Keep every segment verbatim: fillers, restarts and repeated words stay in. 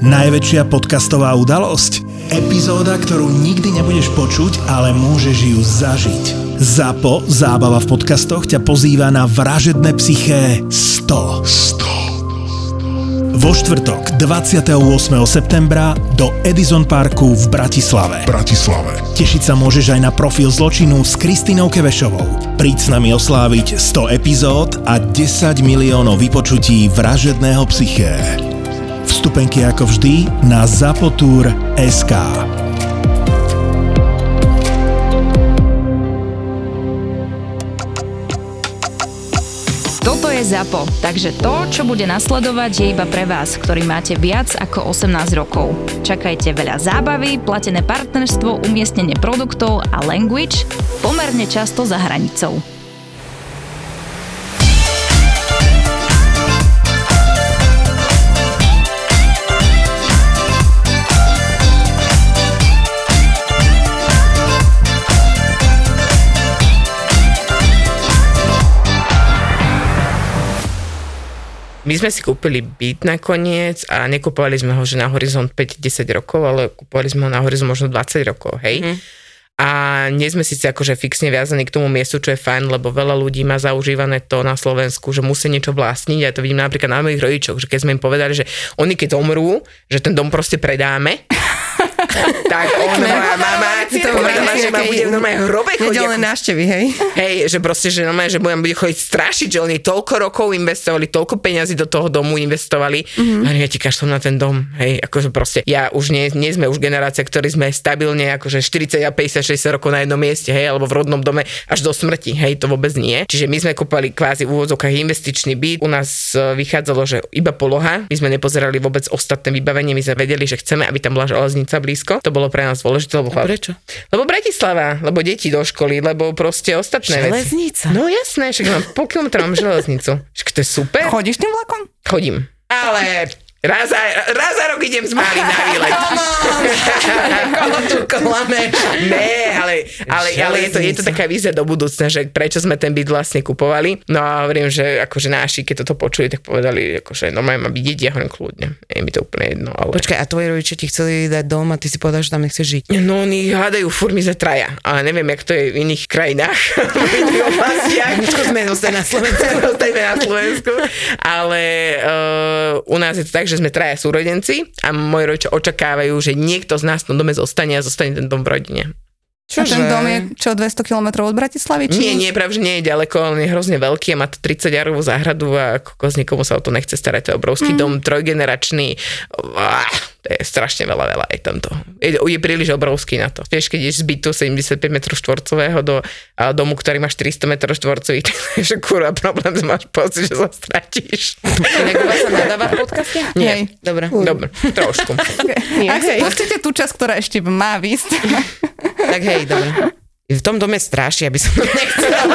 Najväčšia podcastová udalosť? Epizóda, ktorú nikdy nebudeš počuť, ale môžeš ju zažiť. ZAPO, zábava v podcastoch, ťa pozýva na Vražedné psyché sto. Vo štvrtok dvadsiateho ôsmeho septembra do Edison Parku v Bratislave. Bratislave. Tešiť sa môžeš aj na Profil zločinu s Kristínou Kevešovou. Príď s nami osláviť sto epizód a desať miliónov vypočutí Vražedného psyché. Vstupenky ako vždy na zapotur bodka es ká. Toto je ZAPO, takže to, čo bude nasledovať, je iba pre vás, ktorí máte viac ako osemnásť rokov. Čakajte veľa zábavy, platené partnerstvo, umiestnenie produktov a language pomerne často za hranicou. My sme si kúpili byt nakoniec a nekúpovali sme ho že na horizont päť desať rokov, ale kúpovali sme ho na horizont možno dvadsať rokov, hej. Mm. A nie sme síce akože fixne viazaní k tomu miestu, čo je fajn, lebo veľa ľudí má zaužívané to na Slovensku, že musí niečo vlastniť. Ja to vidím napríklad na mojich rodičoch, že keď sme im povedali, že oni keď umrú, že ten dom proste predáme, tak on, moja mama, povedala, že ma bude v normálne hrobe chodiť. Nedelné návštevy, hej? Hej, že proste, že normálne, že budem bude chodiť strašiť, že oni toľko rokov investovali, toľko peňazí do toho domu investovali. Mm-hmm. A ja ti kašľam na ten dom, hej, akože proste, ja už nie, nie sme už generácia, ktorí sme stabilne, akože štyridsať, päťdesiat, šesťdesiat rokov na jednom mieste, hej, alebo v rodnom dome až do smrti, hej, to vôbec nie. Čiže my sme kúpali kvázi v úvodzovkách investičný byt, u nás vychádzalo, že iba poloha, my sme nepozerali vôbec ostatné vybavenie, my sme vedeli, že chceme, aby tam bola železnica blízko. To bolo pre nás dôležité, lebo a prečo? Lebo Bratislava, lebo deti do školy, lebo proste ostatné železnica. Veci. No jasné, však mám pol kilometra mám železnicu. Však to je super. Chodíš tým vlakom? Chodím. Ale raz za, raz za rok idem s malým na výlet. Koho tu klameš? Ne, ale, ale, ale je, to, je to taká vízia do budúcna, že prečo sme ten byt vlastne kupovali. No a hovorím, že akože náši, keď toto počuli, tak povedali, akože normálne má vidieť, ja hovorím kľudne. Je mi to úplne jedno. Ale... Počkaj, a tvoji rodičia ti chceli dať dom a ty si povedal, že tam nechceš žiť? No oni hádajú furt my za traja, ale neviem, jak to je v iných krajinách. V iných oblastiach. Ničko sme zostali na Slovensku. Zostajme na Slovensku. Ale uh, u nás je to tak, že sme traja súrodenci a moji rodičia očakávajú, že niekto z nás v tom dome zostane a zostane ten dom v rodine. Čože? A ten dom je čo, dvesto kilometrov od Bratislavy? Či? Nie, nie, práve, že nie je ďaleko, on je hrozne veľký a má to tridsať-jarovú záhradu a ako z nikomu sa o to nechce starať. To je obrovský mm. dom, trojgeneračný. Ah, to je strašne veľa, veľa aj tamto. Je, je príliš obrovský na to. Vieš, keď ideš z bytu sedemdesiatpäť metrov štvorcového do domu, ktorý má štyristo metrov štvorcových, tak je kurva problém, máš pocit, že sa stratíš. Inak u vás sa nadáva v podcaste? Nie. Dobre. Dobre, trošku. Okay. Ak si pustíte tú časť, ktorá ešte má výsť. Tak hej, dobre. V tom dome straší, aby som nechcela.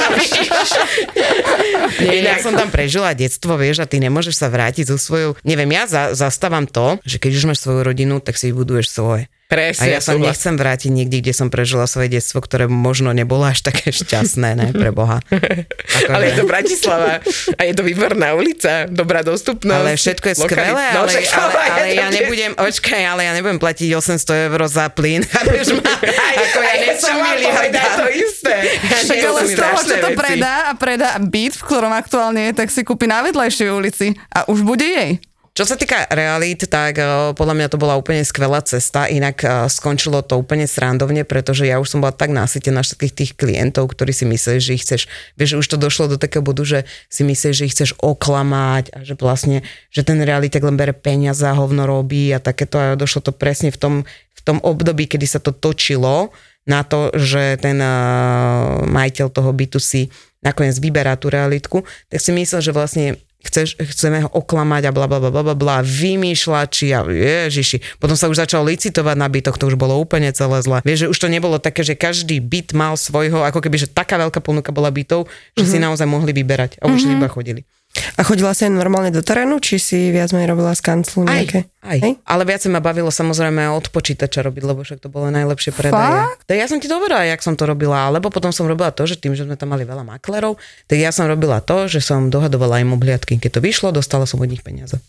Nie, ja som tam prežila detstvo, vieš, a ty nemôžeš sa vrátiť so svojou... Neviem, ja za, zastávam to, že keď už máš svoju rodinu, tak si vybuduješ svoje. Presne, a ja sa nechcem vrátiť niekde, kde som prežila svoje detstvo, ktoré možno nebolo až také šťastné, ne, pre Boha. Ako ale je to Bratislava a je to výborná ulica, dobrá dostupnosť. Ale všetko je skvelé, no, ale, ale, ale, ale ja nebudem, očkaj, ale ja nebudem platiť osemsto eur za plyn. Ako ja nesom miliardár. To isté. Však ale z toho, čo to predá a predá byt, v ktorom aktuálne je, tak si kúpi na vedľajšej ulici a už bude jej. Čo sa týka realít, tak uh, podľa mňa to bola úplne skvelá cesta, inak uh, skončilo to úplne srandovne, pretože ja už som bola tak nasytená všetkých tých klientov, ktorí si mysleli, že ich chceš, vieš, už to došlo do takého bodu, že si myslíš, že ich chceš oklamať a že vlastne, že ten realitek len bere peniaze a hovno robí a takéto a došlo to presne v tom, v tom období, kedy sa to točilo na to, že ten uh, majiteľ toho bytu si nakoniec vyberá tú realitku, tak si myslel, že vlastne Chceš, chceme ho oklamať a blablabla, bla, bla, bla, vymýšľači a ježiši. Potom sa už začalo licitovať na bytoch, to už bolo úplne celé zle. Vieš, že už to nebolo také, že každý byt mal svojho, ako keby, že taká veľká ponuka bola bytov, že mm-hmm. si naozaj mohli vyberať a už mm-hmm. iba chodili. A chodila si normálne do terénu, či si viac menej robila z kanclu nejaké? Aj, aj. Ale viac ma bavilo samozrejme od počítača robiť, lebo však to bolo najlepšie predaje. Fakt? Tak ja som ti dobrá, jak som to robila, alebo potom som robila to, že tým, že sme tam mali veľa maklerov, tak ja som robila to, že som dohadovala im obhliadky. Keď to vyšlo, dostala som od nich peniaze.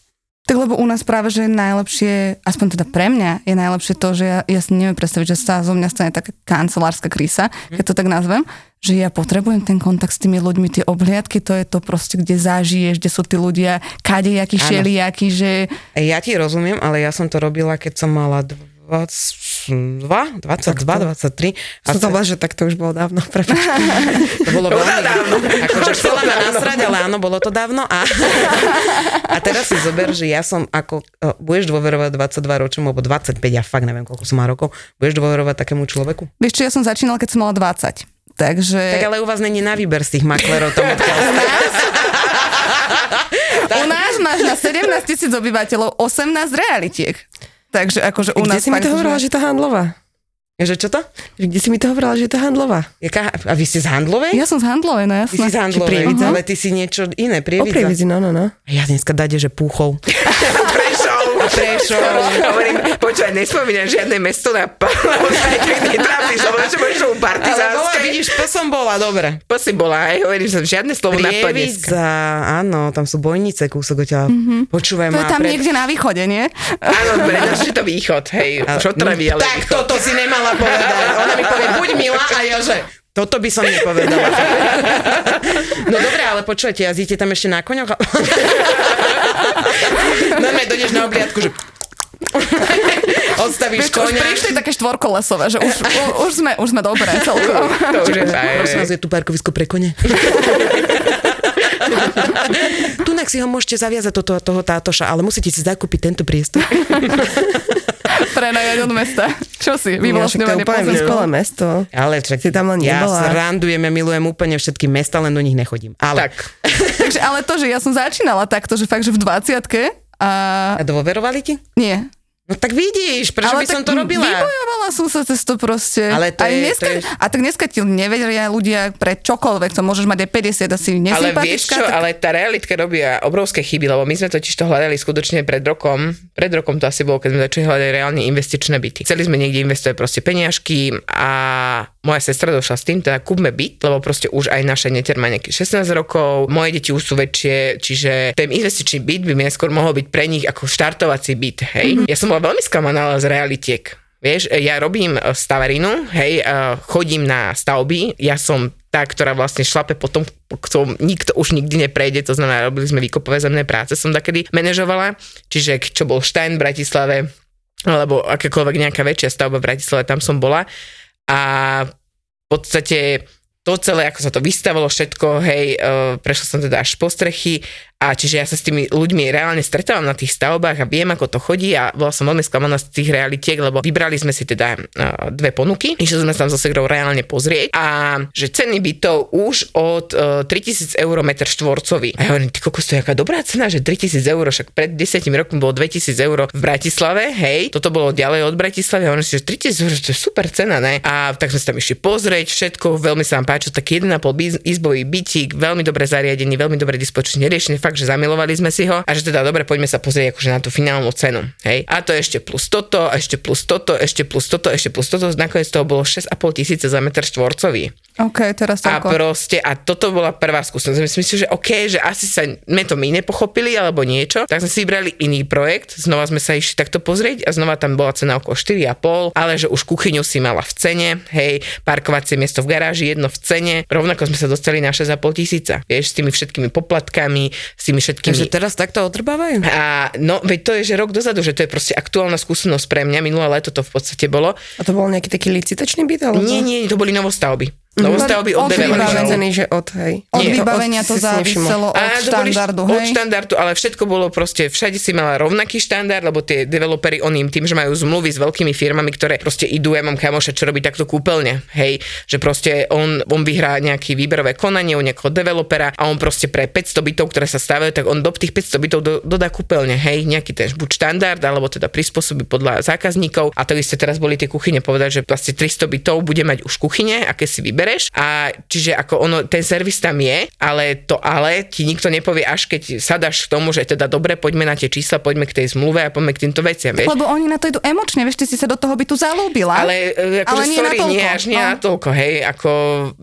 Tak lebo u nás práve, že je najlepšie, aspoň teda pre mňa, je najlepšie to, že ja, ja si neviem predstaviť, že sa zo mňa stane taká kancelárska krísa, keď to tak nazvem, že ja potrebujem ten kontakt s tými ľuďmi, tie obhliadky, to je to proste, kde zažiješ, kde sú tí ľudia, kadejakí, šelijakí, že... Ja ti rozumiem, ale ja som to robila, keď som mala dvadsaťdva, dvadsaťdva, dvadsaťtri. A som to že tak to už bolo dávno. To bolo veľmi dávno. Akože chcela ma nasrať, ale áno, bolo to dávno. A, a teraz si zober, že ja som ako, budeš dôverovať dvadsaťdva ročnom, alebo dvadsaťpäť, ja fakt neviem, koľko som má rokov, budeš dôverovať takému človeku? Vieš čo, ja som začínala, keď som mala dvadsať. Takže... Tak ale u vás není na výber z tých maklerov tam odkiaľ. U nás máš na sedemnásť tisíc obyvateľov osemnásť realitiek. Takže akože u nás... Kde si mi to hovorila, že to handlová? Že čo to? Kde si mi to hovorila, že je to handlová? Jaká, a vy ste z Handlovej? Ja som z Handlovej, no jasné. Ty si z Handlovej, ale ty si niečo iné, Prievidza. O Prievidzi, no, no, no. A ja dneska dáde, že Púchov. Prešov. Prešov. Hovorím, počúvaj, nespomínam žiadne mesto na p***, lebo sa aj keď netrafíš, lebo čo budeš u partizánskej. Ale bola, vidíš, P som bola, dobre. P si bola, aj hovorím som, žiadne slovo na P dneska. Prievidza, áno, tam sú bojnice, kúsok odtiaľ. Mm-hmm. Počúvaj ma. To je tam pred... niekde na východe, nie? Áno, pre nás je to východ, hej, Šotravy, ale tak východ. Toto si nemala povedať. Ona mi povie, buď milá, a ja že... Toto by som nepovedala. No dobré, ale počujete, jazdíte tam ešte na koňoch? No ne, dojdeš na obliadku, že... Odstavíš koňa. Už prišli také štvorkolesové, že už, už, sme, už sme dobré celkom. To už je fajn. Prosím vás, je tu parkovisko pre kone. Tunak si ho môžete zaviazať toto, toho tátoša, ale musíte si zakúpiť tento priestor. Prenajať od mesta. Čo si? Vyvlastňovanie pozemkov. mesto. Ale však, si tam len ja nebola. srandujem, ja milujem úplne všetky mesta, len do nich nechodím. Ale... Tak. Takže, ale to, že ja som začínala takto, že fakt, že v dvadsiatke a... A dôverovali ti? Nie. No tak vidíš, prečo ale by som to robila? Vybojovala som sa cez to proste. Ale to aj je, dneska, to je... A tak dneska ti neveria ľudia pre čokoľvek, to môžeš mať aj päťdesiat, asi nesympatická. Ale vieš čo, tak... ale tá realitka robia obrovské chyby, lebo my sme totiž to hľadali skutočne pred rokom, pred rokom to asi bolo, keď sme začali hľadať reálne investičné byty. Chceli sme niekde investovať proste peniažky a moja sestra došla s tým, teda kúpme byt, lebo proste už aj naša neter má nejakých šestnásť rokov, moje deti už sú väčšie, čiže ten investičný byt by mi neskôr mohol byť pre nich ako štartovací byt, hej. Mm-hmm. Ja som bola veľmi sklamaná z realitiek. Vieš, ja robím stavarinu, hej, chodím na stavby, ja som tá, ktorá vlastne šlape po tom, kto nikto už nikdy neprejde, to znamená, robili sme výkopové zemné práce, som takedy manažovala, čiže čo bol Stein v Bratislave, alebo akákoľvek nejaká väčšia stavba v Bratislave, tam som bola a v podstate to celé, ako sa to vystavilo všetko, hej, prešla som teda až po strechy a čiže ja sa s tými ľuďmi reálne stretávam na tých stavbách a viem, ako to chodí a bola som veľmi sklamaná z tých realitiek, lebo vybrali sme si teda dve ponuky, išli sme sa tam so segrou reálne pozrieť a že ceny bytov už od tritisíc eur meter štvorcový. A ja hovorím, ty kokos, to je aká dobrá cena, že tritisíc eur, však pred desiatimi rokmi bolo dvetisíc eur v Bratislave, hej, toto bolo ďalej od Bratislavy a hovorím si, že tritisíc eur, to je super cena, ne? A tak sme sa tam išli pozrieť všetko, veľmi sa nám páčilo, taký jeden a pol izbový bytík, veľmi dobre zariadený, veľmi dobre dispozične riešený, fakt, že zamilovali sme si ho a že teda dobre, poďme sa pozrieť akože na tú finálnu cenu, hej. A to ešte plus toto, ešte plus toto, ešte plus toto, ešte plus toto, nakoniec toho bolo šesť a pol tisíce za meter štvorcový. OK, teraz toľko. A toľko. proste, a toto bola prvá skúsenosť. Myslím si, že OK, že asi sa sme to my nepochopili alebo niečo, tak sme si vybrali iný projekt, znova sme sa išli takto pozrieť a znova tam bola cena okolo štyri a pol, ale že už kuchyňu si mala v cene, hej, parkovacie miesto v garáži jedno v cene, rovnako sme sa dostali na šesť a pol tisíca, vieš, s tými všetkými poplatkami, s tými všetkými... Takže teraz takto odrbávajú? A no, veď to je, že rok dozadu, že to je proste aktuálna skúsenosť pre mňa, minulé leto to v podstate bolo. A to bol nejaký taký licitačný byt? Alebo... Nie, nie, to boli novostavby. Novostavby od developerov. že od, hej. Od Nie, vybavenia to záviselo od štandardu, hej? Od štandardu, ale všetko bolo proste, všade si mala rovnaký štandard, lebo tie developeri, oni im tým, že majú zmluvy s veľkými firmami, ktoré proste idú, ja mám kamoša, čo robí takto kúpeľne, hej, že proste on, on vyhrá nejaké výberové konanie u nejakého developera a on proste pre päťsto bytov, ktoré sa stavajú, tak on do tých päťsto bytov do, dodá kúpeľne, hej, nejaký ten buď štandard, alebo teda prispôsobí podľa zákazníkov a to isté teraz boli tie kuchyne povedať, že vlastne tristo bytov bude mať už kuchyne, aké si vybereš a čiže ako ono, ten servis tam je, ale to ale ti nikto nepovie, až keď sadaš k tomu, že teda dobre, poďme na tie čísla, poďme k tej zmluve a poďme k týmto veciam, vieš. Lebo oni na to idú emočne, vieš, ty si sa do toho bytu zalúbila. Ale, akože, ale nie sorry, nie až nie no. natoľko, hej, ako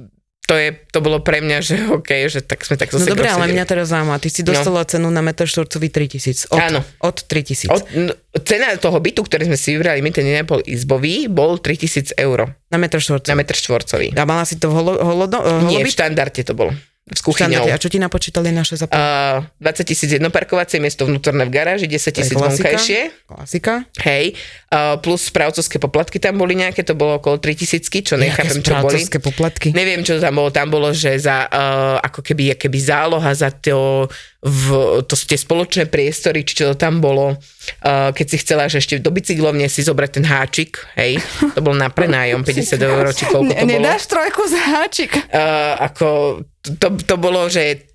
to, je, to bolo pre mňa, že OK, že tak sme tak zase... No dobré, ale mňa teraz zaujíma, ty si dostala no. cenu na meter štvorcový tritisíc. Od, Áno. Od tritisíc. Od, no, cena toho bytu, ktorý sme si vybrali, my ten nebol izbový, bol tritisíc eur. Na meter štvorcový. Na meter štvorcový. A mala si to v holo, holodo, holobyt? Nie, v štandarde to bolo. S kuchyňou. A čo ti napočítali naše zaplátky? Uh, dvadsať tisíc jedno parkovacie miesto vnútorné v garáži, desať tisíc vonkajšie. Klasika. Hej. Uh, plus správcovské poplatky tam boli nejaké, to bolo okolo tri tisícky, čo nechápem, čo boli. Správcovské poplatky? Neviem, čo tam bolo. Tam bolo, že za uh, ako keby, keby záloha za to, v, to sú tie spoločné priestory, či čo to tam bolo. Uh, keď si chcela, že ešte do bicyklovne si zobrať ten háčik, hej, to bol na prenájom päťdesiat eur, či koľko to bolo. Nedáš trojku za háčik? Uh, ako, to, to bolo, že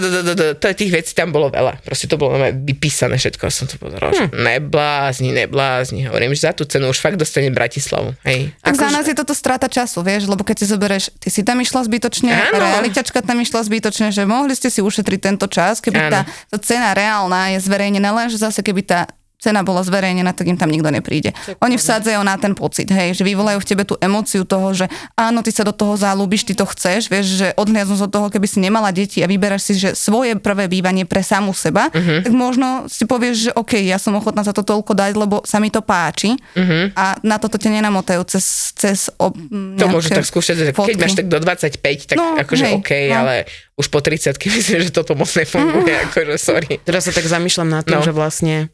tých vecí tam bolo veľa. Proste to bolo vypísané všetko. A som to pozeral, že neblázni, neblázni. Hovorím, že za tú cenu už fakt dostane Bratislavu. Hej. Tak za nás je toto strata času, vieš, lebo keď si zoberieš, ty si tam išla zbytočne, realiťačka tam išla zbytočne, že mohli ste si ušetriť tento čas, keby tá, tá cena reálna je zverejnená, lenže zase keby tá cena bola zverejnená, tak im tam nikto nepríde. Oni vsádzajú na ten pocit, hej, že vyvolajú v tebe tú emóciu toho, že áno, ty sa do toho zalúbiš, ty to chceš, vieš, že odhliadnúť od toho, keby si nemala deti a vyberáš si, že svoje prvé bývanie pre samú seba, uh-huh. tak možno si povieš, že OK, ja som ochotná za to toľko dať, lebo sa mi to páči uh-huh. a na toto ťa nenamotajú cez, cez ob, to môžu tak skúšať, keď máš tak do dvadsaťpäť, tak no, akože hej, OK, no. ale už po tridsiatke myslím, že toto moc nefunguje, uh-huh. akože sorry. Teraz sa tak zamýšľam nad tým, no. že vlastne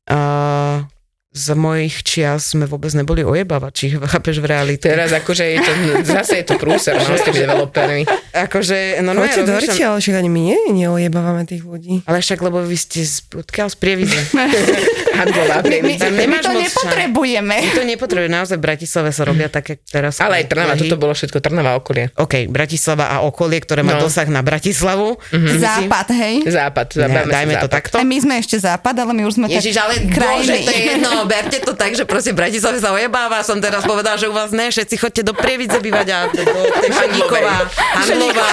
Uh, za mojich čias sme vôbec neboli ojebávači, chápeš, v realite. Teraz akože je to, zase je to prúser, no, s tými developermi. Akože, no no ja rozmýšľam. Choďte do ale však ani my nie, neojebávame tých ľudí. Ale však, lebo vy ste z, odkiaľ z Prievidze. Handlová Prievidze. My, my, my to nepotrebujeme. My to nepotrebujeme, naozaj v Bratislave sa robia také teraz. Ale aj Trnava, toto bolo všetko Trnava okolie. OK, Bratislava a okolie, ktoré má no. dosah na Bratislavu. Mm-hmm. Západ, hej? Západ, ne, dajme to takto. A my sme ešte západ, ale my už sme Ježiš, tak ale bože, to je jedno, berte to tak, že proste v Bratislave sa ojebáva. Som teraz povedal, že u vás ne, všetci chodte do Prievidze bývať a do Handlová, Handlová.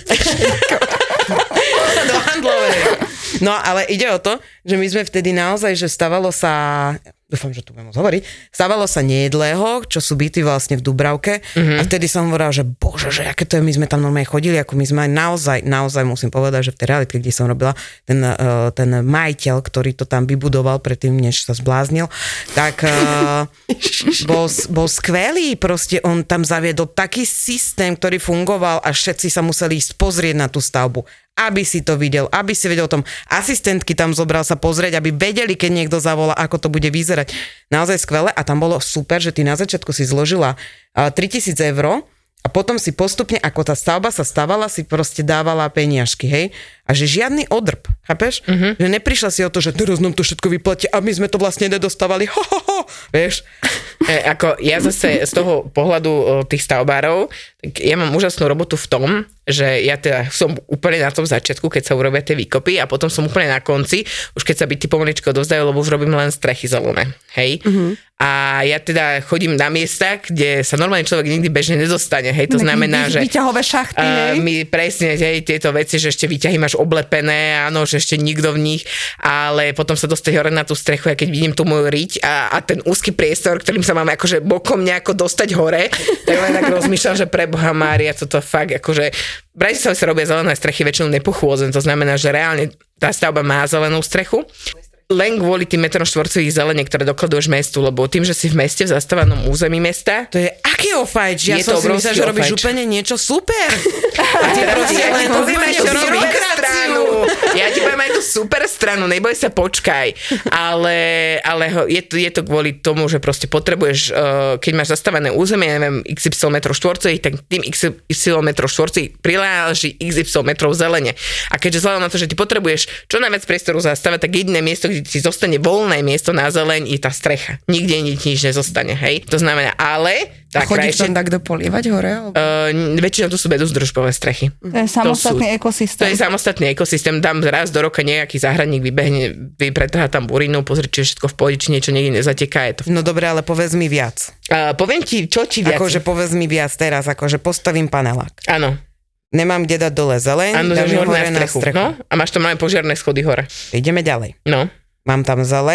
Do Handlovej. No, ale ide o to, že my sme vtedy naozaj, že stávalo sa, dúfam, že tu budem môcť hovoriť, stávalo sa nejedlého, čo sú byty vlastne v Dubravke mm-hmm. a vtedy som hovorila, že bože, že aké to je, my sme tam normálne chodili, ako my sme aj naozaj, naozaj musím povedať, že v tej realite, kde som robila, ten, uh, ten majiteľ, ktorý to tam vybudoval predtým, než sa zbláznil, tak uh, bol, bol skvelý, proste on tam zaviedol taký systém, ktorý fungoval a všetci sa museli ísť pozrieť na tú stavbu, aby si to videl, aby si vedel o tom. Asistentky tam zobral sa pozrieť, aby vedeli, keď niekto zavolá, ako to bude vyzerať. Naozaj skvelé a tam bolo super, že ty na začiatku si zložila tritisíc eur a potom si postupne, ako tá stavba sa stavala, si proste dávala peniažky, hej? A že žiadny odrb, chápeš? Uh-huh. Že neprišla si o to, že teraz nám to všetko vyplatia a my sme to vlastne nedostávali, ho, ho, ho, vieš? E, ako ja zase z toho pohľadu o, tých stavbárov, tak ja mám úžasnú robotu v tom, že ja teda som úplne na tom začiatku, keď sa urobia tie výkopy a potom som úplne na konci, už keď sa byty pomaličko dozdajú, lebo už robím len strechy zelené, hej? Uh-huh. A ja teda chodím na miesta, kde sa normálny človek nikdy bežne nedostane, hej? To znamená, že... Výťahové šachty, hej? Uh, my presne, hej, tieto veci, že ešte výťahy máš oblepené, áno, že ešte nikto v nich, ale potom sa dostať hore na tú strechu, a keď vidím tú moju riť a, a ten úzky priestor, ktorým sa mám akože bokom nejako dostať hore, tak len tak rozmýšľam, že preboha Mária, toto fakt, akože v Bratislave sa robia zelené strechy väčšinou nepochôdzen, to znamená, že reálne tá stavba má zelenú strechu, len kvôli tým metrom štvorcových zelene, ktoré dokladuješ mestu, lebo tým, že si v meste, v zastávanom území mesta. To je aký ofajč? Ja som si myslela, že robíš úplne niečo super. A ty proste len poviem aj tú super stranu. Ja ti poviem aj tú super stranu, neboj sa, počkaj. Ale, ale je, to, je to kvôli tomu, že proste potrebuješ, keď máš zastávané územie, neviem, iks ypsilon metrov štvorcových, tak tým iks ypsilon metrov štvorcových priláži iks ypsilon metrov zelene. A keďže vzhľadom na to, že ty potrebuješ čo najviac priestoru zastávať, tak jediné miesto, kde ti zostane voľné miesto na zeleň, je tá strecha. Nikde nič, nič nezostane, hej? To znamená, ale... Tak chodíš tam tak dopolievať hore? Alebo... Uh, väčšinou to sú bedozdržbové strechy. To je samostatný to sú, ekosystém. To je samostatný ekosystém. Tam raz do roka nejaký záhradník vybehne, vypretrhá tam burinu, pozrie, či je všetko v pohode, či niečo niekde nezateká. Je to... No dobre, ale povedz mi viac. Uh, poviem ti, čo ti viac? Akože povedz mi viac teraz, akože postavím panelák. Áno. Nemám kde dať dole zeleň, áno, dám hore na strechu. No, a máš tam aj požiarne schody hore. Ideme ďalej. No. Mám tam zeleň,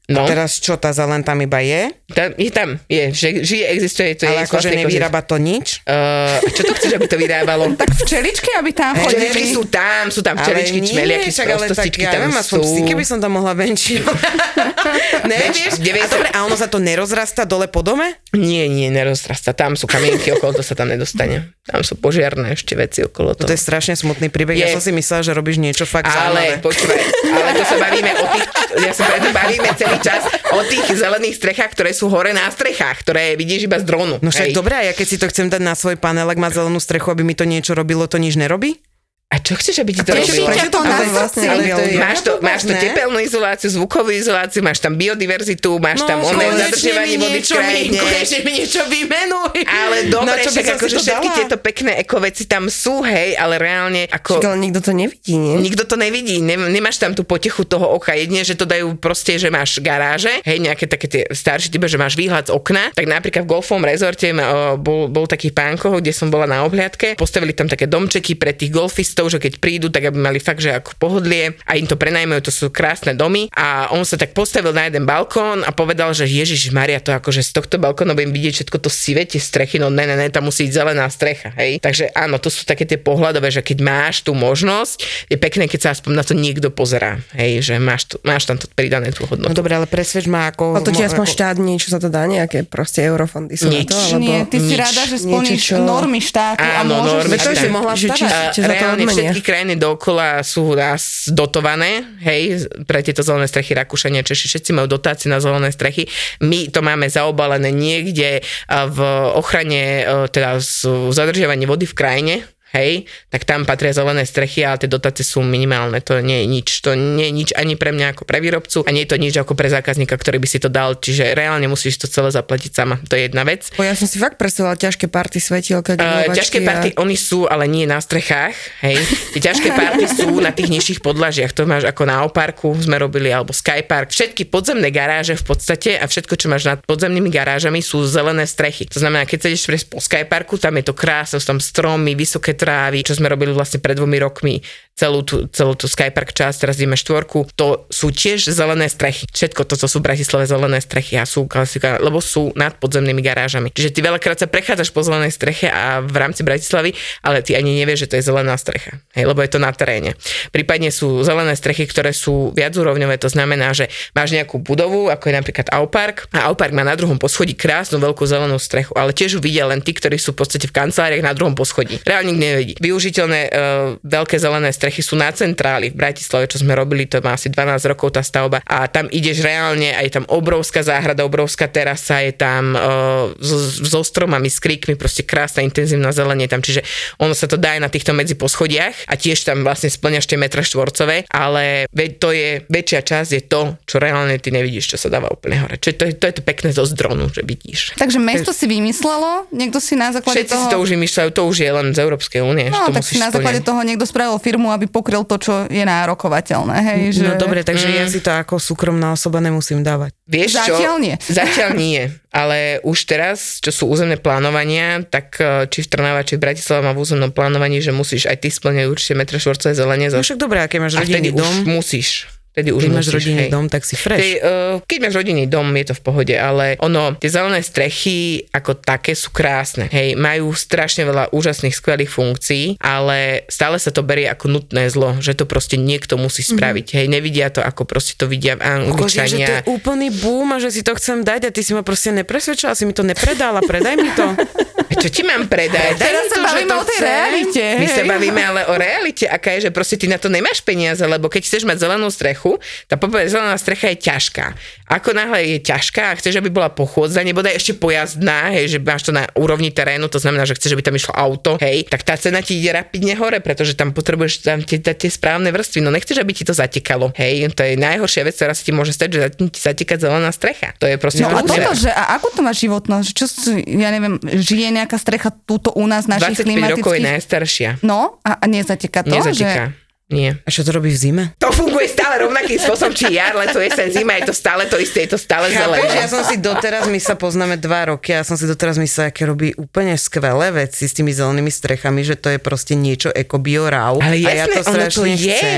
No. A teraz čo, tá zelen tam iba je? Tam, je tam, je, že žije, existuje, to ale je akože nevyrába to nič? Uh, čo to chceš, aby to vyrábalo? Tak včeličky, aby tam chodili. Včeličky sú tam, sú tam včeličky, čmeliaky, prostostičky tam ja sú. Psíky by som tam mohla venčiť. Ne, vieš? A dobre, a ono sa to nerozrastá dole po dome? Nie, nie, nerozrastá. Tam sú kamienky okolo, to sa tam nedostane. Tam sú požiarné ešte veci okolo toho. To je strašne smutný príbeh. Je. Ja som si myslela, že robíš niečo fakt ale, zaujímavé. Počúvaj, ale to sa bavíme o tých, ja sa preto bavíme celý čas o tých zelených strechách, ktoré sú hore na strechách, ktoré vidíš iba z dronu. No však dobré, a ja keď si to chcem dať na svoj panelek, má zelenú strechu, aby mi to niečo robilo, to nič nerobí? A čo chceš, aby ti to robilo? robilo? To ale vlastne ale to je, máš, to, máš to tepelnú izoláciu, zvukovú izoláciu, máš tam biodiverzitu, máš no, tam oné zadržiavanie vody v krajine. Konečne mi niečo vymenuj. Ale dobre, no, však akože všetky dala? Tieto pekné ekoveci tam sú, hej, ale reálne ako... Však ale nikto to nevidí, nie? Nikto to nevidí, ne, nemáš tam tú potechu toho oka, jedine, že to dajú proste, že máš garáže, hej, nejaké také tie staršie type, že máš výhľad z okna, tak napríklad v golfovom rezorte bol, bol taký pánkoho, kde som bola na obhliadke, postavili tam také domčeky pre tých golfistov, že keď prídu, tak aby mali fakt, že ako pohodlie a im to prenajmujú, to sú krásne domy a on sa tak postavil na jeden balkón a povedal, že Ježiš Maria, to akože z tohto balkónu budem vidieť všetko to sive, tie strechy, no ne, ne, ne, tam musí ísť zelená strecha, hej. Takže áno, to sú také tie pohľadové, že keď máš tú možnosť, je pekné, keď sa aspoň na to niekto pozerá, hej, že máš, tu, máš tam to pridané tú hodnotu. No dobre, ale presvedč ma ako... A to ti aspoň ako... štát niečo za to dá, nejaké proste eurofondy sú nič, na to, alebo... Nie, ty si nič, rada, že splníš normy štátu áno, a môžeš... normy to, že mohla stavať. Reálne všetky krajiny dookola sú raz dotované, hej, pre tieto zelené strechy Rakúšania, Češi, všetci majú dotácie na zelené strechy. My to máme zaobalené niekde v ochrane, teda zadržiavaní vody v krajine, hej, tak tam patria zelené strechy, ale tie dotácie sú minimálne, to nie je nič. To nie je nič ani pre mňa ako pre výrobcu a nie je to nič ako pre zákazníka, ktorý by si to dal, čiže reálne musíš to celé zaplatiť sama. To je jedna vec. Ja som si fakt predstavila ťažké party, svetielka, uh, ťažké party, a... oni sú, ale nie na strechách, hej. Tie ťažké party sú na tých nižších podlažiach. To máš ako na Oparku sme robili, alebo Skypark. Všetky podzemné garáže v podstate a všetko, čo máš nad podzemnými garážami, sú zelené strechy. To znamená, keď sa ideš prejsť po Skyparku, tam je to krásne, sú tam stromy, vysoké trávy, čo sme robili vlastne pred dvomi rokmi, celú tú, celú tú Skypark časť, teraz ideme štvorku, to sú tiež zelené strechy. Všetko to, co sú v Bratislave zelené strechy a sú klasika, lebo sú nad podzemnými garážami. Čiže ty veľakrát sa prechádzaš po zelenej streche a v rámci Bratislavy, ale ty ani nevieš, že to je zelená strecha, hej, lebo je to na teréne. Prípadne sú zelené strechy, ktoré sú viacúrovňové, to znamená, že máš nejakú budovu, ako je napríklad Aupark, a Aupark má na druhom poschodí krásnu veľkú zelenú strechu, ale tiež ju vidia len tí, ktorí sú v podstate v kanceláriách na druhom poschodí. Reálne nikto nevedí. Využiteľné e, veľké zelené strechy sú na centráli v Bratislave, čo sme robili, to má asi dvanásť rokov tá stavba a tam ideš reálne a je tam obrovská záhrada, obrovská terasa, je tam e, so, so stromami, s kríkmi, proste krásna intenzívna zelenie tam, čiže ono sa to dá aj na týchto medziposchodiach a tiež tam vlastne splňaš tie metre štvorcové, ale to je, väčšia časť je to, čo reálne ty nevidíš, čo sa dáva úplne hore. Čiže to je to, je to pekné zo dronu, že vidíš. Takže mesto si vymyslelo, niekto si na základe Všetci toho... si to už vymýšľajú, to už je len z Európskej únie. No, tak si na základe toho niekto spravil firmu, aby pokryl to, čo je nárokovateľné. Hej, že... No dobre, takže mm. ja si to ako súkromná osoba nemusím dávať. Vieš čo? Zatiaľ nie. Zatiaľ nie. Ale už teraz, čo sú územné plánovania, tak či v Trnave, či v Bratislave má v územnom plánovaní, že musíš aj ty splňať určite metre štvorcové zelenie. No však dobré, aké máš rodinný dom. Už musíš. Keď máš rodinný dom, tak si fresh. Ty, uh, keď máš rodinný dom, je to v pohode, ale ono, tie zelené strechy ako také sú krásne. Hej, majú strašne veľa úžasných, skvelých funkcií, ale stále sa to berie ako nutné zlo, že to proste niekto musí spraviť. Mm-hmm. Hej, nevidia to, ako proste to vidia v Angličania. Že to je úplný boom a že si to chcem dať a ty si ma proste nepresvedčila, si mi to nepredala, predaj mi to. A čo ti mám predať? Teraz sa bavíme o tej realite. My sa bavíme ale o realite, aká je, že proste ty na to nemáš peniaze, lebo keď chceš mať zelenú strechu, tá poprvé zelená strecha je ťažká. Ako náhle je ťažká a chceš, aby bola pochôdza, nebodaj ešte pojazdná, hej, že máš to na úrovni terénu, to znamená, že chceš, aby tam išlo auto, hej, tak tá cena ti ide rapidne hore, pretože tam potrebuješ tam tie, tie správne vrstvy. No nechceš, aby ti to zatekalo. Hej, to je najhoršia vec, ktorá sa ti môže stať, že ti zatekať zelená strecha. To je proste. No a toto, že a ako to má životnosť? Čo sú, ja neviem, žije nejaká strecha túto u nás našich klimatických... dvadsaťpäť rokov je najstaršia. No a, a nezateká to? Nezateká. Že... Nie. A čo to robí v zime? To funguje stále rovnakým spôsobom, či jar, leto, jeseň, zima, je to stále to isté, je to stále zelené. Ja som si doteraz, my sa poznáme dva roky, a ja som si doteraz myslela, aké robí úplne skvelé veci s tými zelenými strechami, že to je proste niečo eko bio raw. Ale jasné, a ja to strašne ono to je. chcem.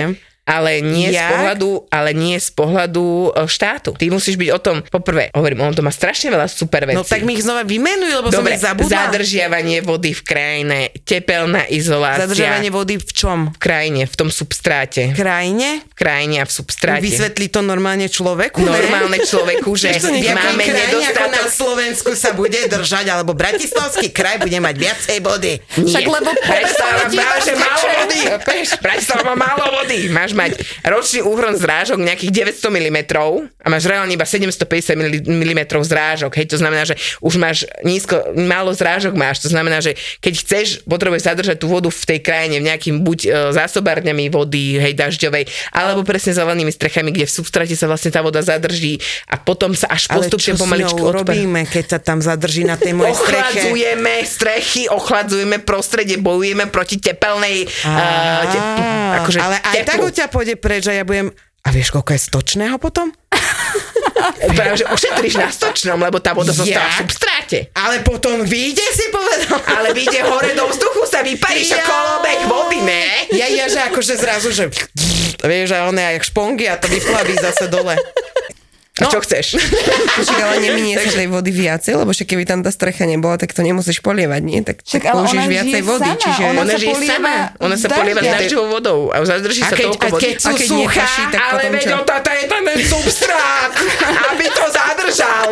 ale nie z pohľadu, ale nie z pohľadu štátu. Ty musíš byť o tom, poprvé, hovorím, on to má strašne veľa super vecí. No tak mi ich znova vymenuj, lebo Dobre, som ich zabudla. Zadržiavanie vody v krajine, tepelná izolácia. Zadržiavanie vody v čom? V krajine, v tom substráte. V krajine? V krajine a v substráte. Vysvetlí to normálne človeku? Normálne človeku, že máme nedostatok. Na Slovensku sa bude držať, alebo Bratislavský kraj bude mať viacej vody. Však lebo Bratislava má málo vody. Bratislava má málo vody. Máš mať ročný úhron zrážok nejakých deväťsto milimetrov a máš reálne iba sedemstopäťdesiat milimetrov zrážok. Hej, to znamená, že už máš nízko, málo zrážok máš. To znamená, že keď chceš, potrebuješ zadržať tú vodu v tej krajine v nejakým buď e, zásobárňami vody, hej, dažďovej, alebo presne zelenými strechami, kde v substráte sa vlastne tá voda zadrží a potom sa až postupne pomaličky odpr- robíme, keď sa tam zadrží na tej mojej streche? Ochladzujeme strechy, ochladzujeme prostredie, bojujeme proti tepelnej uh, te, akože ale aj teplu. tak u ťa pôjde preč a ja budem... A vieš, koľko je stočného potom? Práve, že ušetríš na stočnom, lebo tá voda zostáva v substráte. Ale potom vyjde, si povedal. Ale vyjde hore do vzduchu, sa vyparíš a kolobek vody, ne? Ja, ja, že akože zrazu, že vieš, že on je jak špongy a to vyplaví zase dole. No. A čo chceš? Však ale neminie sa tej vody viacej, lebo však keby tam tá strecha nebola, tak to nemusíš polievať, nie? Tak však, použiješ viacej vody. Sama, Čiže... ona, Ona sa žije sama. Ona sa polieva s dažďovou vodou a zadrží sa keď, toľko vody. keď sú a keď suchá, neprší, tak ale potom veď čo? on táta je tam ten substrát, aby to zadržal.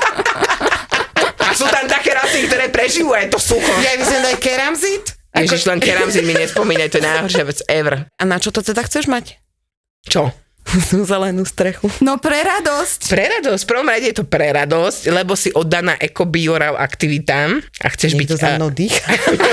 A sú tam také rastliny, ktoré prežijú aj to sucho. Ja by som dať keramzit? Ježiš, len keramzit mi nespomínaj, to je najhoršia vec ever. A na čo to teda chceš mať? Čo? Zelenú strechu. No pre radosť. Pre radosť, v prvom rade je to pre radosť, lebo si oddaná ekobiorav aktivitám a chceš Niekto byť... za mnou dýcha.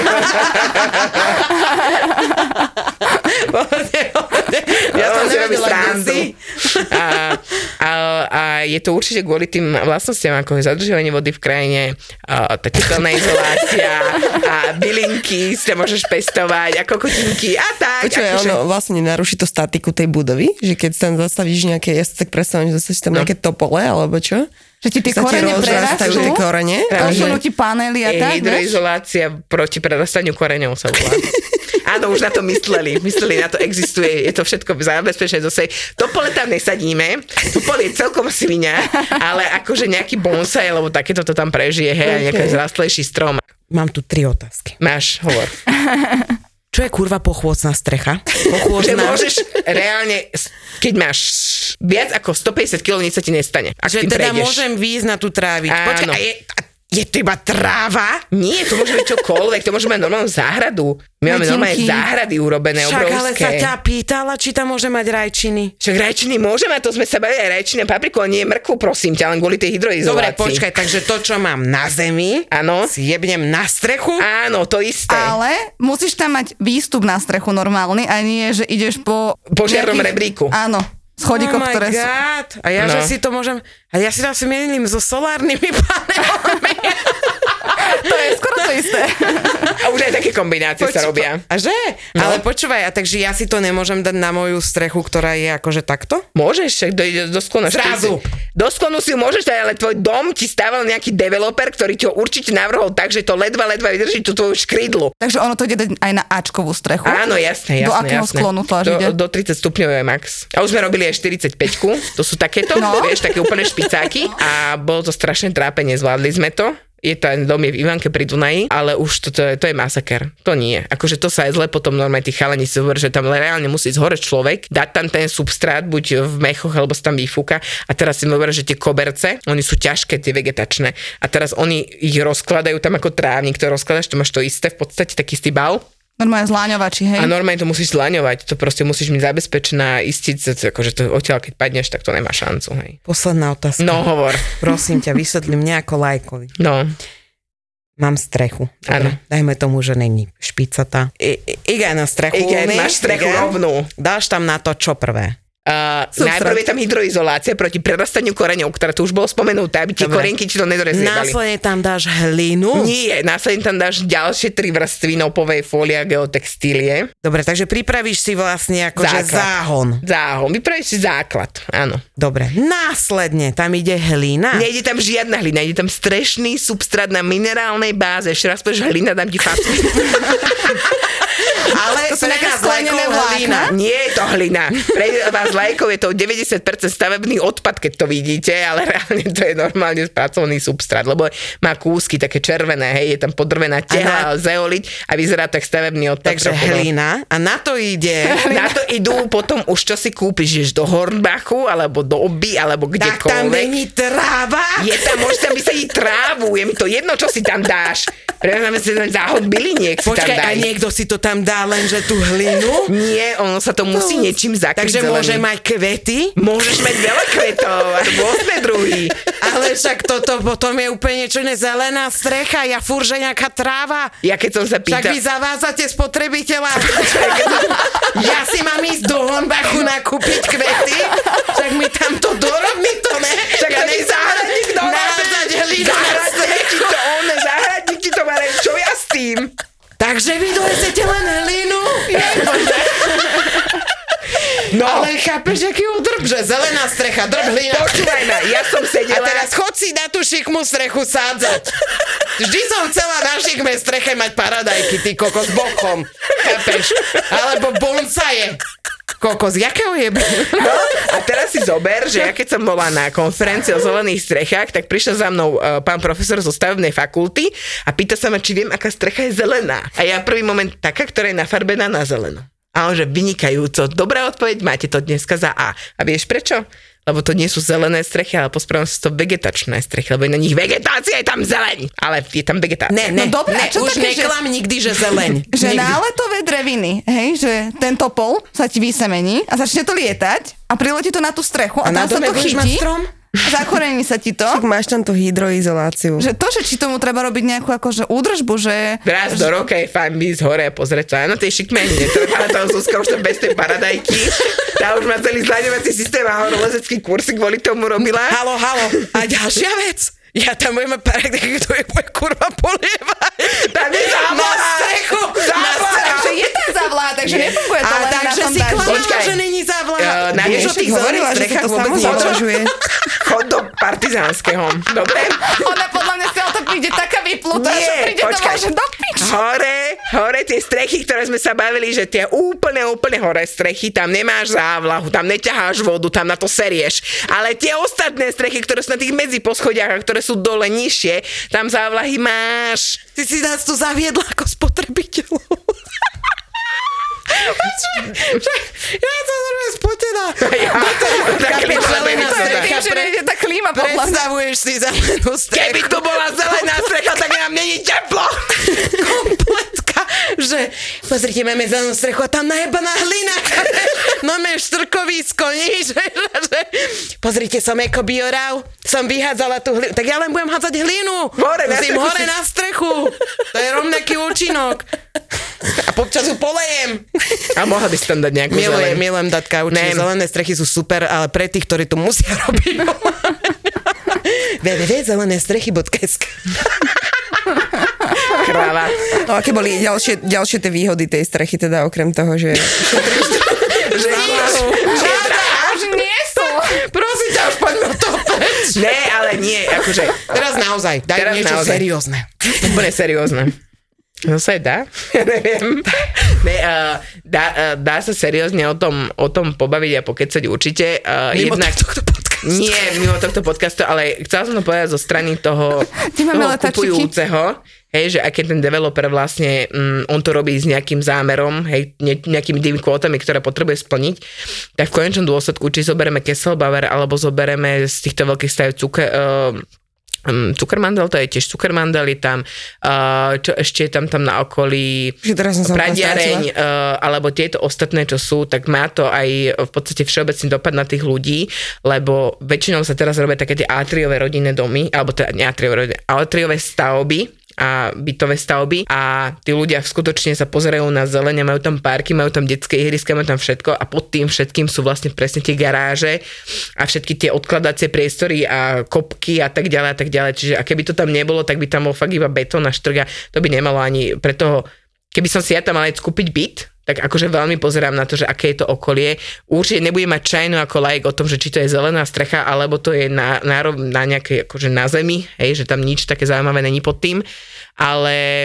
Ja som nevedela, kde si. A, a, a je to určite kvôli tým vlastnostiam, ako je zadržovanie vody v krajine, a tá tepelná izolácia a bylinky si môžeš pestovať a kokotinky a tak. Počuaj, akože... ono vlastne naruší to statiku tej budovy, že keď tam zastavíš nejaké, ja si tak predstavím, že zastavíš tam No. nejaké topole, alebo čo? Že ti tie Sa ti korene rozrastajú prerastú, tie korene. posunú ti panely a Je tak, vieš? hydroizolácia proti prerastaniu koreňov sa volá. Áno, už na to mysleli. Mysleli, na to existuje. Je to všetko zabezpečené zase. Topole tam nesadíme. Topol je celkom svinia, ale akože nejaký bonsai, alebo takéto to tam prežije, hej, a nejaký zrastlejší strom. Mám tu tri otázky. Máš, hovor. Čo je kurva pochôdzna strecha? Že Pochôdzna... môžeš reálne, keď máš viac ako stopäťdesiat kilogramov, nič sa ti nestane. Ak Že tým teda prejdeš. môžem výjsť na tú tráviť. Áno. Počkaj, a je, a je to iba tráva? Nie, to môže byť čokoľvek, to môže mať normálnu záhradu. My máme Kvetinky. normálne záhrady urobené, Však obrovské. ale sa ťa pýtala, či tam môže mať rajčiny. Však rajčiny môžeme, to sme sa bavili aj rajčiny a papriku, ale nie mrkvu, prosím ťa, len kvôli tej hydroizolácii. Dobre, počkaj, takže to, čo mám na zemi, Áno. si jebnem na strechu? Áno, to isté. Ale musíš tam mať výstup na strechu normálny a nie, že ideš po... Po žiarnom nejakých- rebríku. Áno, schodíkoch, oh my ktoré sú... God. A ja, No. že si to môžem... A ja si to asi mienim so solárnymi panelmi. To je skoro to isté. A už aj také kombinácie sa robia. A že? No. Ale počúvaj, a takže ja si to nemôžem dať na moju strechu, ktorá je akože takto? Môžeš, však dojde do sklonu. Zrazu. Do sklonu si ju môžeš dať, ale tvoj dom ti stával nejaký developer, ktorý ti ho určite navrhol tak, že to ledva, ledva vydrží tú tvoju škrydlu. Takže ono to ide dať aj na Ačkovú strechu. Áno, jasné, jasné. Do akého jasné. sklonu tlač do, ide? do tridsať stupňov je max. A už sme robili aj štyridsaťpäť, to sú takéto, No. vieš, také úplne špicáky. A bolo to strašné trápenie, zvládli sme to. Je to aj dom je v Ivanke pri Dunaji, ale už to, to, je, to je masaker. To nie. Akože to sa aj zle potom normálne tí chalani si hovorí, že tam reálne musí zhoreť človek, dať tam ten substrát, buď v mechoch, alebo sa tam vyfúka. A teraz si hovorí, že tie koberce, oni sú ťažké, tie vegetačné. A teraz oni ich rozkladajú tam ako trávnik, to rozkladaš, to máš to isté, v podstate taký istý bal. Normálne zláňovači, hej? A normálne to musíš zlaňovať, to proste musíš mať zabezpečená istiť, akože to odtiaľ, keď padneš, tak to nemá šancu, hej. Posledná otázka. No, hovor. Prosím ťa, vysvetlím nejako lajkovi. No, Mám strechu. Áno. Dobre, dajme tomu, že není špicatá. I, i, Igaj na strechu. Igen, Uni, máš strechu igen. rovnú. Dáš tam na to čo prvé? Uh, najprv je tam hydroizolácia proti prerastaniu koreňov, ktoré tu už bolo spomenuté, aby tie Dobre. korienky ti to nedorezlievali. Následne tam dáš hlinu. Nie, následne tam dáš ďalšie tri vrstvy nopovej fólie a geotextílie. Dobre, takže pripravíš si vlastne akože Základ. záhon. Záhon, vypravíš si základ, áno. Dobre, následne tam ide hlina. Nejde tam žiadna hlina, ide tam strešný substrát na minerálnej báze. Ešte raz povieš hlina, dám ti facku. Ale to sú pre nejaké nás sklenené lajkov vlákna? hlina. Nie je to hlina. Pre vás lajkov je to deväťdesiat percent stavebný odpad, keď to vidíte, ale reálne to je normálne spracovaný substrát, lebo má kúsky také červené, hej, je tam podrvená teha, zeolit a vyzerá tak stavebný odpad. Takže hlina a na to ide. Na to idú potom už čo si kúpiš, ideš do Hornbachu, alebo do Oby, alebo kdekoľvek. Tak tam není tráva. Je tam, môžeš tam vysadiť trávu, je mi to jedno, čo si tam dáš. Pretože si ten záhod byliniek si Počkaj, tam daj. a niekto si to tam dá, lenže tú hlinu? Nie, ono sa to musí niečím zakryť. Takže zeleným. môže mať kvety? Môžeš mať veľa kvetov a rôzne druhy. Ale však toto potom je úplne čo iné, zelená strecha, ja furt, že nejaká tráva. Ja keď som sa Však pýtal... vy zavádzate spotrebiteľa. Ja si mám ísť do Hornbachu nakúpiť kvety, však mi tam to dorob mi to, ne? Však ja nej záhradník do Názať hlinu na Záhradník ti to, on, záhradník ti to má, čo ja s tým? Takže vy donesete len hlinu? No. Ale chápeš, aký udrb, že zelená strecha, drb hlina. Počúvaj ma, ja som A sedela... teraz chod si na tú šikmú strechu sádzať. Vždy som chcela na šikme streche mať paradajky, ty kokos, bokom. Chápeš? Alebo bonsaje. Kokos, jakého je? No, a teraz si zober, že ja keď som bola na konferencii o zelených strechách, tak prišiel za mnou uh, pán profesor zo stavebnej fakulty a pýta sa ma, či viem, aká strecha je zelená. A ja prvý moment, taká, ktorá je nafarbená na zeleno. A on že vynikajúco, dobrá odpoveď, máte to dneska za A. A vieš prečo? Lebo to nie sú zelené strechy, ale pospravom sú to vegetačné strechy, lebo je na nich vegetácia, je tam zeleň, ale je tam vegetácia. Ne, ne, No dobré, ne, a čo už také, že- neklam nikdy, že zeleň. Že Nikdy. náletové dreviny, hej, že ten topol sa ti vysemení a začne to lietať a priletí to na tú strechu A a, na tam sa dome to budeš mať chytí. strom? Zakorení sa ti to. Tak máš tam tú hydroizoláciu. Že to, že či tomu treba robiť nejakú akože údržbu, že... Raz do roka je fajn ísť hore a pozrieť sa. Áno, tej šikme ani netreba, ale toho Zuzka už tam bez tej paradajky. Tá už má celý zlaňovací systém a horolezecký kursy kvôli tomu robila. Halo, halo. A ďalšia vec. Ja tam budem mať paradajky, kto je bude kurva polievať. Tam je Na závlaha. strechu. Na Závlaha. strechu. Takže je tam závlaha, takže nefunguje to A len na takže tom si daždi. klamala, Počkaj. že není závlaha. Uh, na Vieš o dnešných tých hovorila, zelených že strechách to vôbec samo niečo? zavlažuje. Chod do partizánskeho. Dobre? Ona podľa mňa si o to príde taká vyplutá, že Nie, príde počkaj. to že do pič. Hore, hore tie strechy, ktoré sme sa bavili, že tie úplne, úplne hore strechy, tam nemáš závlahu, tam neťaháš vodu, tam na to serieš. Ale tie ostatné strechy, ktoré sú na tých medziposchodiach a ktoré sú dole nižšie, tam závlahy máš. Ty si nás tu zaviedla ako spotrebiteľov. Ja som normálne spotená. Ja, tak Kapitál klimavé na To je strecha tým, že pre- nejde tá klíma podľa mňa. Predstavuješ si zelenú strechu. Keby to bola zelená strecha, tak nám není teplo. Kompletka, že pozrite, máme zelenú strechu a tam najebaná hlina. No máme štrkovísko, nič. Že, že, pozrite, som ekobiorav, som vyhádzala tú hlinu. Tak ja len budem hádzať hlinu. Hore na Musím strechu hore si- na strechu. To je rovnaký účinok. A popčas ju polejem. A mohla by si tam dať nejakú Milujem, zelenú. milujem dať kauči. Nem. Zelené strechy sú super, ale pre tých, ktorí to musia robiť. w w w bodka zelené strechy bodka es ká Kráva. No aké boli ďalšie, ďalšie tie výhody tej strechy, teda okrem toho, že... Že nič. Že je drahá. Už nie sú. Prosím ťa, už poďme od toho preč. Ne, ale nie, akože... Teraz naozaj, daj Teraz niečo naozaj. seriózne. Úplne seriózne. No sa aj dá? Ja neviem. Ne, uh, dá, uh, dá sa seriózne o tom, o tom pobaviť a pokecať určite. Uh, Mimo jednak, tohto podcastu. Nie, mimo tohto podcastu, ale chcela som to povedať zo strany toho, Ty máme toho letáčiky. kupujúceho, hej, že aj keď ten developer vlastne, mm, on to robí s nejakým zámerom, hej, ne, nejakými tými kvótami, ktoré potrebuje splniť, tak v konečnom dôsledku, či zoberieme Kesselbauer, alebo zoberieme z týchto veľkých stav cuke, uh, Um, Cukermandel, to je tiež Cukermandel, je tam, uh, čo ešte je tam, tam na okolí Že teraz som sa Pradiareň, uh, alebo tieto ostatné, čo sú, tak má to aj v podstate všeobecný dopad na tých ľudí, lebo väčšinou sa teraz robia také tie atriové rodinné domy, alebo teda nie atriové rodinné, atriové stavby, a bytové stavby a tí ľudia skutočne sa pozerajú na zelene, majú tam parky, majú tam detské ihriska, majú tam všetko a pod tým všetkým sú vlastne presne tie garáže a všetky tie odkladacie priestory a kopky a tak ďalej a tak ďalej. Čiže a keby to tam nebolo, tak by tam bol fakt iba betón a štrga. To by nemalo ani pre toho, keby som si ja tam mal ísť kúpiť byt, tak akože veľmi pozerám na to, že aké je to okolie. Určite nebudem mať čajnu ako laik o tom, že či to je zelená strecha, alebo to je na, na, na nejakej, akože na zemi, hej, že tam nič také zaujímavé není pod tým. Ale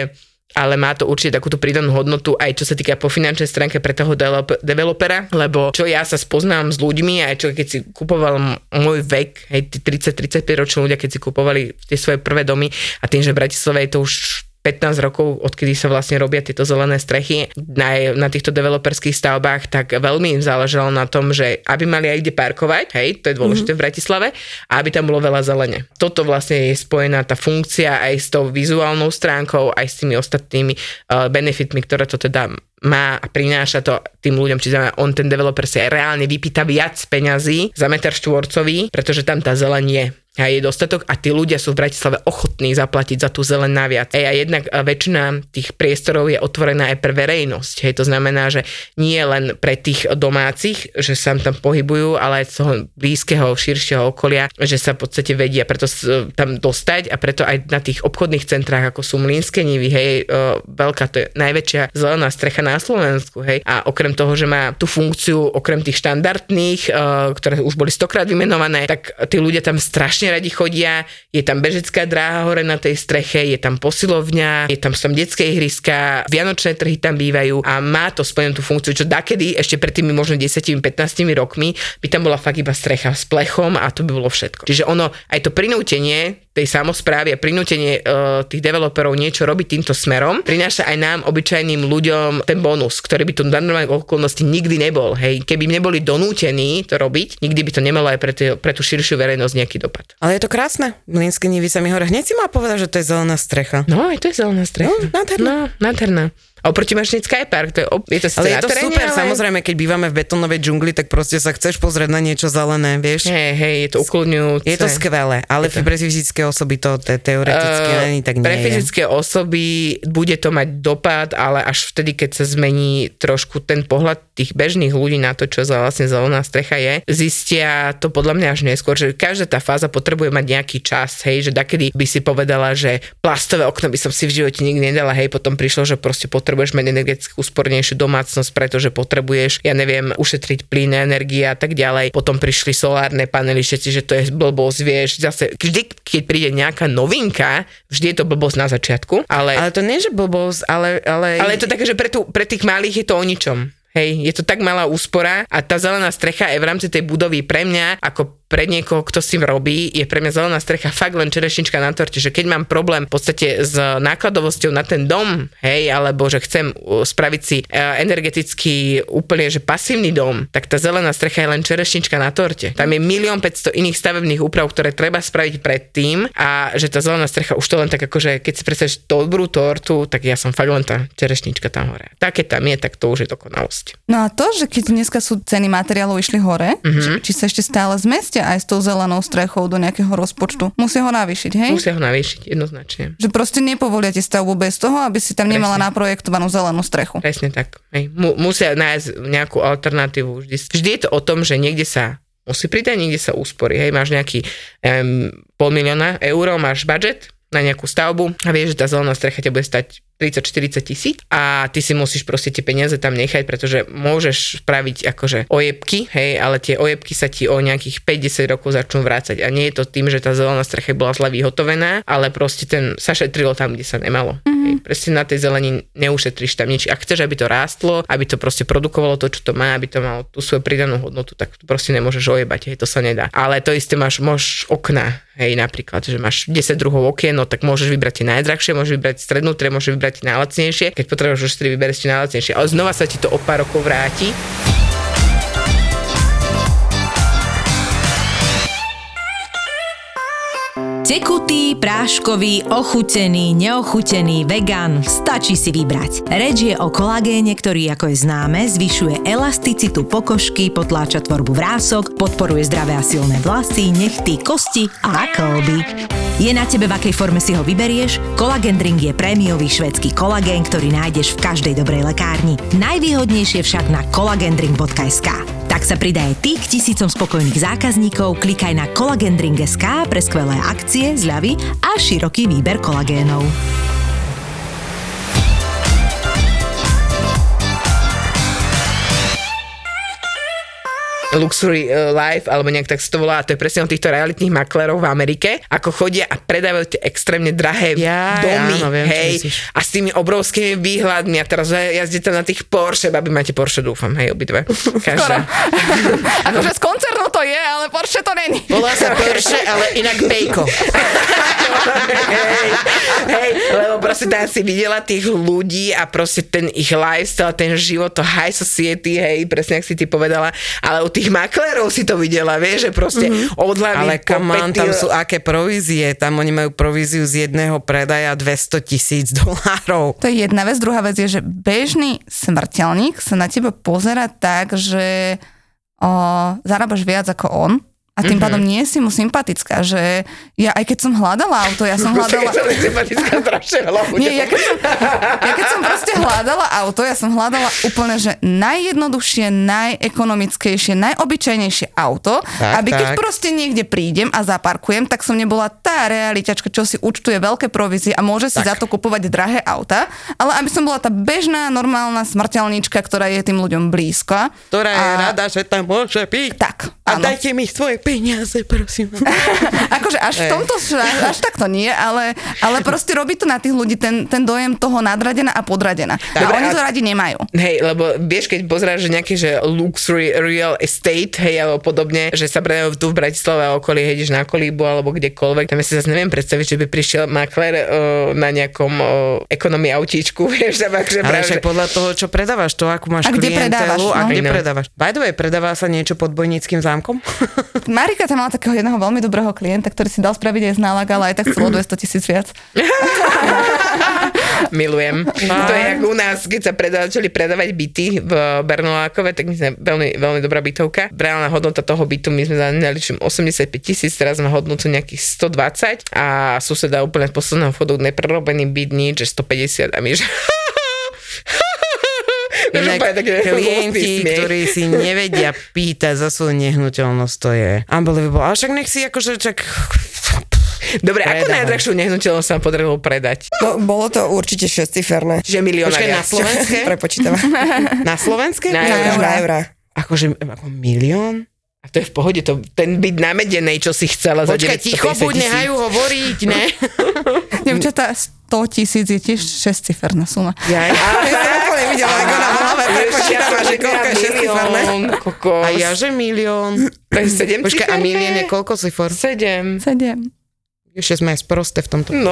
ale má to určite takúto pridanú hodnotu aj čo sa týka po finančnej stránke pre toho developera, lebo čo ja sa spoznám s ľuďmi, aj čo keď si kupoval môj vek, hej, tí tridsať tridsaťpäť roční ľudia, keď si kupovali tie svoje prvé domy a tým, že v Bratislave je to už pätnásť rokov, odkedy sa vlastne robia tieto zelené strechy na, na týchto developerských stavbách, tak veľmi im záležalo na tom, že aby mali aj kde parkovať, hej, to je dôležité mm-hmm. v Bratislave, a aby tam bolo veľa zelene. Toto vlastne je spojená tá funkcia aj s tou vizuálnou stránkou, aj s tými ostatnými uh, benefitmi, ktoré to teda má a prináša to tým ľuďom, či znamená, on ten developer si aj reálne vypýta viac peňazí za meter štvorcový, pretože tam tá zeleň je. A je dostatok a tí ľudia sú v Bratislave ochotní zaplatiť za tú zeleň naviac. Ej, a jednak väčšina tých priestorov je otvorená aj pre verejnosť. Hej, to znamená, že nie len pre tých domácich, že sa tam pohybujú, ale aj z toho blízkeho, širšieho okolia, že sa v podstate vedia preto tam dostať a preto aj na tých obchodných centrách, ako sú Mlynské nivy, hej, veľká, to je najväčšia zelená strecha na Slovensku, hej. A okrem toho, že má tú funkciu, okrem tých štandardných, ktoré už boli stokrát vymenované, tak tí ľudia tam strašne radi chodia, je tam bežecká dráha hore na tej streche, je tam posilovňa, je tam som detské ihriska, vianočné trhy tam bývajú a má to splnenú tú funkciu, čo dakedy ešte pred tými možno desať pätnásť rokmi by tam bola fakt iba strecha s plechom a to by bolo všetko. Čiže ono, aj to prinútenie tej samosprávy a prinútenie uh, tých developerov niečo robiť týmto smerom prináša aj nám, obyčajným ľuďom, ten bonus, ktorý by tu na normálnych okolnosti nikdy nebol. Hej, keby neboli donútení to robiť, nikdy by to nemalo aj pre, tý, pre tú širšiu verejnosť nejaký dopad. Ale je to krásne. Mlynské nivy sa mi hore. Hneď si mal povedať, že to je zelená strecha. No, aj to je zelená strecha. No, nádherná. No, nádherná. A oproti máš Skypark, to je, je to ale je to teréne, super, ale... samozrejme, keď bývame v betónovej džungli, tak proste sa chceš pozrieť na niečo zelené, vieš? Hej, hej, je to ukludňujúce. Je to skvelé, ale to... pre fyzické osoby to te- teoreticky uh, není, tak nie Pre je. fyzické osoby bude to mať dopad, ale až vtedy, keď sa zmení trošku ten pohľad tých bežných ľudí na to, čo za vlastne zelená strecha je, zistia to podľa mňa až neskôr, že každá tá fáza potrebuje mať nejaký čas, hej, že dakedy by si povedala, že plastové okno by som si v živote nikdy nedala, hej, potom prišlo, že proste potrebuješ mať energetický úspornejšiu domácnosť, pretože potrebuješ, ja neviem, ušetriť plyn, energie a tak ďalej. Potom prišli solárne panely, všetci, že to je blbosť, vieš. Zase, vždy, keď príde nejaká novinka, vždy je to blbosť na začiatku, ale... Ale to nie je blbosť, ale... Ale, ale je to také, že pre, tú, pre tých malých je to o ničom. Hej, je to tak malá úspora a tá zelená strecha je v rámci tej budovy pre mňa, ako pre niekoho, kto s tým robí, je pre mňa zelená strecha fakt len čerešnička na torte, že keď mám problém v podstate s nákladovosťou na ten dom, hej, alebo že chcem spraviť si energeticky úplne, že pasívny dom, tak tá zelená strecha je len čerešnička na torte. Tam je milión päťsto iných stavebných úprav, ktoré treba spraviť predtým a že tá zelená strecha už to len tak akože, keď si predstavíš dobrú tortu, tak ja som fakt len tá čerešnička tam hore. Tak keď tam je, tak to už je dokonalosť. No a to, že keď dneska sú ceny materiálov išli hore, mm-hmm. či sa ešte stále zmestia aj s tou zelenou strechou do nejakého rozpočtu. Musia ho navýšiť, hej? Musia ho navýšiť, jednoznačne. Že proste nepovoliate stavbu bez toho, aby si tam Presne. Nemala naprojektovanú zelenú strechu. Presne tak. Hej. Mu, musia nájsť nejakú alternatívu. Vždy, vždy je to o tom, že niekde sa musí pridať, niekde sa úsporí. Hej, máš nejaký um, pol milióna eur, máš budget na nejakú stavbu a vieš, že tá zelená strecha ťa bude stať tridsať štyridsať tisíc a ty si musíš proste tie peniaze tam nechať, pretože môžeš spraviť akože ojebky, hej, ale tie ojebky sa ti o nejakých päť desať rokov začnú vrácať a nie je to tým, že tá zelená strecha bola zle vyhotovená, ale proste ten sa šetrilo tam, kde sa nemalo. Mm-hmm. Hej, presne na tej zelení neušetríš tam nič. Ak chceš, aby to rástlo, aby to proste produkovalo to, čo to má, aby to malo tú svoju pridanú hodnotu, tak to proste nemôžeš ojebať, hej, to sa nedá. Ale to isté máš, máš okná, hej, napríklad, že máš desať druhov okien, no tak môžeš vybrať tie najdrahšie, môžeš vybrať strednú, ktoré môžeš vybrať najlacnejšie, keď potrebuješ už tri vybereš tie najlacnejšie. Ale znova sa ti to o pár rokov vráti. Tekutý, práškový, ochutený, neochutený, vegan, stačí si vybrať. Reč je o kolagéne, ktorý, ako je známe, zvyšuje elasticitu pokožky, potláča tvorbu vrások, podporuje zdravé a silné vlasy, nechty, kosti a kĺby. Je na tebe, v akej forme si ho vyberieš? Collagen Drink je prémiový švédsky kolagén, ktorý nájdeš v každej dobrej lekárni. Najvýhodnejšie však na collagen drink bodka es ká. Tak sa pridaj ty k tisícom spokojných zákazníkov, klikaj na collagen drink bodka es ká pre skvelé akcie, zľavy a široký výber kolagénov. Luxury Life, alebo nejak tak sa to volá, a to je presne o týchto realitných maklerov v Amerike, ako chodia a predávajú tie extrémne drahé ja, domy, áno, viem, hej, a s tými obrovskými výhľadmi a teraz jazdíte na tých Porsche, babi máte Porsche, dúfam, hej, obidve. Každá. Akože z koncernu to je, ale Porsche to není. Volá sa Porsche, ale inak Bejko. hej, hej, lebo proste tam si videla tých ľudí a proste ten ich lifestyle, ten život, to high society, hej, presne ak si ty povedala, ale u tých maklérov si to videla, vieš, že proste mm-hmm. od hlavy ale po kamán, pety... tam sú aké provízie, tam oni majú províziu z jedného predaja dvesto tisíc dolárov. To je jedna vec, druhá vec je, že bežný smrteľník sa na teba pozerá tak, že o, zarábaš viac ako on. A tým pádom nie si mu sympatická, že ja aj keď som hľadala auto, ja som hľadala... Som sympatická strašne veľa. Nie, ja keď, som, ja keď som proste hľadala auto, ja som hľadala úplne, že najjednoduchšie, najekonomickejšie, najobyčajnejšie auto, tak, aby keď tak. proste niekde prídem a zaparkujem, tak som nebola tá realitačka, čo si účtuje veľké provízie a môže si tak. za to kupovať drahé auta, ale aby som bola tá bežná, normálna smrteľníčka, ktorá je tým ľuďom blízka. Ktorá je a... rada, že tam môže piť. Tak, a áno. dajte mi svoje peniaze, prosím. Akože až v tomto, až, až takto nie, ale, ale proste robí to na tých ľudí ten, ten dojem toho nadradená a podradená. Dobre, a oni a... to radi nemajú. Hej, lebo vieš, keď pozeráš, že nejaký, že luxury real estate, hej, alebo podobne, že sa predajú tu v Bratislave a okolí, hedíš na Kolíbu alebo kdekoľvek, tam ja si zase neviem predstaviť, že by prišiel maklér uh, na nejakom uh, ekonomii autíčku, vieš, že ale však podľa toho, čo predávaš, to akú máš a kde predávaš, klientelu a no? kde No. predávaš. By the way, predáva sa niečo pod Bojníckym zámkom? Marika tam mala takého jedného veľmi dobrého klienta, ktorý si dal spraviť aj z nálak, ale aj tak chcelo dvesto tisíc viac. Milujem. To je jak u nás, keď sa predá, začali predávať byty v Bernolákove, tak my sme veľmi, veľmi dobrá bytovka. Reálna hodnota toho bytu, my sme za neličím osemdesiatpäť tisíc, teraz má hodnotu nejakých stodvadsať a suseda úplne z posledného vchodu neprerobený byt nič, že stopäťdesiat a my že... Inak klienti, ktorí si nevedia pýtať za svoju nehnuteľnosť, to je unbelievable. Ale však nech si akože čak... Dobre, ako najdrahšiu nehnuteľnosť sa vám podarilo predať? No, bolo to určite šesťciferné. Že milióna Počkaj, na viac. Slovenské? Prepočítava. Na Slovenské? Na Na eurá. eurá. Na eurá. Akože ako milión? A to je v pohode, to, ten byt na Medenej, čo si chcela za Počkaj, ticho deväťstopäťdesiat buď, tisíc. nehajú hovoriť, ne? Devčatá, sto tisíc je tiež šesťciferná suma. Ja, Ja som úplne videla, ako na hlave prepočítava, že koľko je šesťciferné. Kokos. a ja, že milión. To je sedem Počkaj, a ciferné? milión je koľko cifor? Sedem. Sedem. Ešte sme aj sprosté v tomto. No.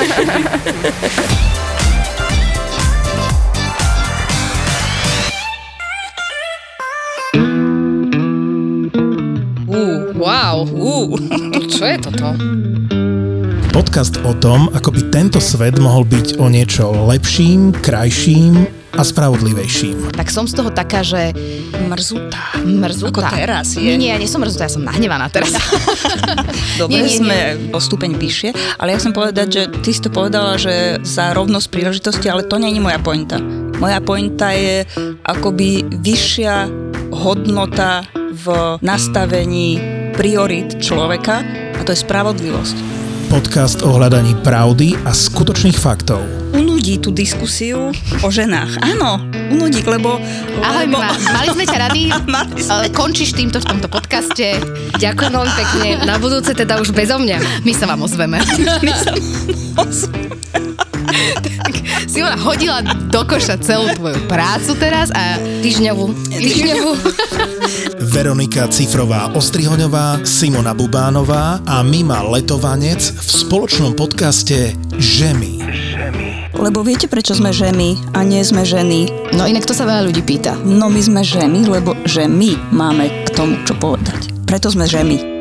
Uh, wow, uh, čo je toto? Podcast o tom, ako by tento svet mohol byť o niečo lepším, krajším a spravodlivejším. Tak som z toho taká, že Mrzutá. mrzutá. Ako teraz je. Nie, nie, ja nie som mrzutá, ja som nahnevaná teraz. Dobre, Nie, nie, sme o stupeň vyššie, ale ja chcem povedať, že ty si to povedala, že za rovnosť príležitosti, ale to nie je moja pointa. Moja pointa je akoby vyššia hodnota v nastavení priorít človeka a to je spravodlivosť. Podcast o hľadaní pravdy a skutočných faktov. Unudí tú diskusiu o ženách. Áno, unudí, lebo... Ahoj, lebo... ma, mali sme ťa rady, Mali sme. končíš týmto v tomto podcaste. Ďakujem veľmi pekne, na budúce teda už bezo mňa. My sa vám ozveme. My sa ozveme. Tak si ona hodila do koša celú tvoju prácu teraz a týždňovú. Týždňovú. Veronika Cifrová-Ostrihoňová, Simona Bubánová a Mima Letovanec v spoločnom podcaste Žemy. Lebo viete, prečo sme ženy a nie sme ženy? No inak to sa veľa ľudí pýta. No my sme ženy, lebo že my máme k tomu čo povedať. Preto sme žemy.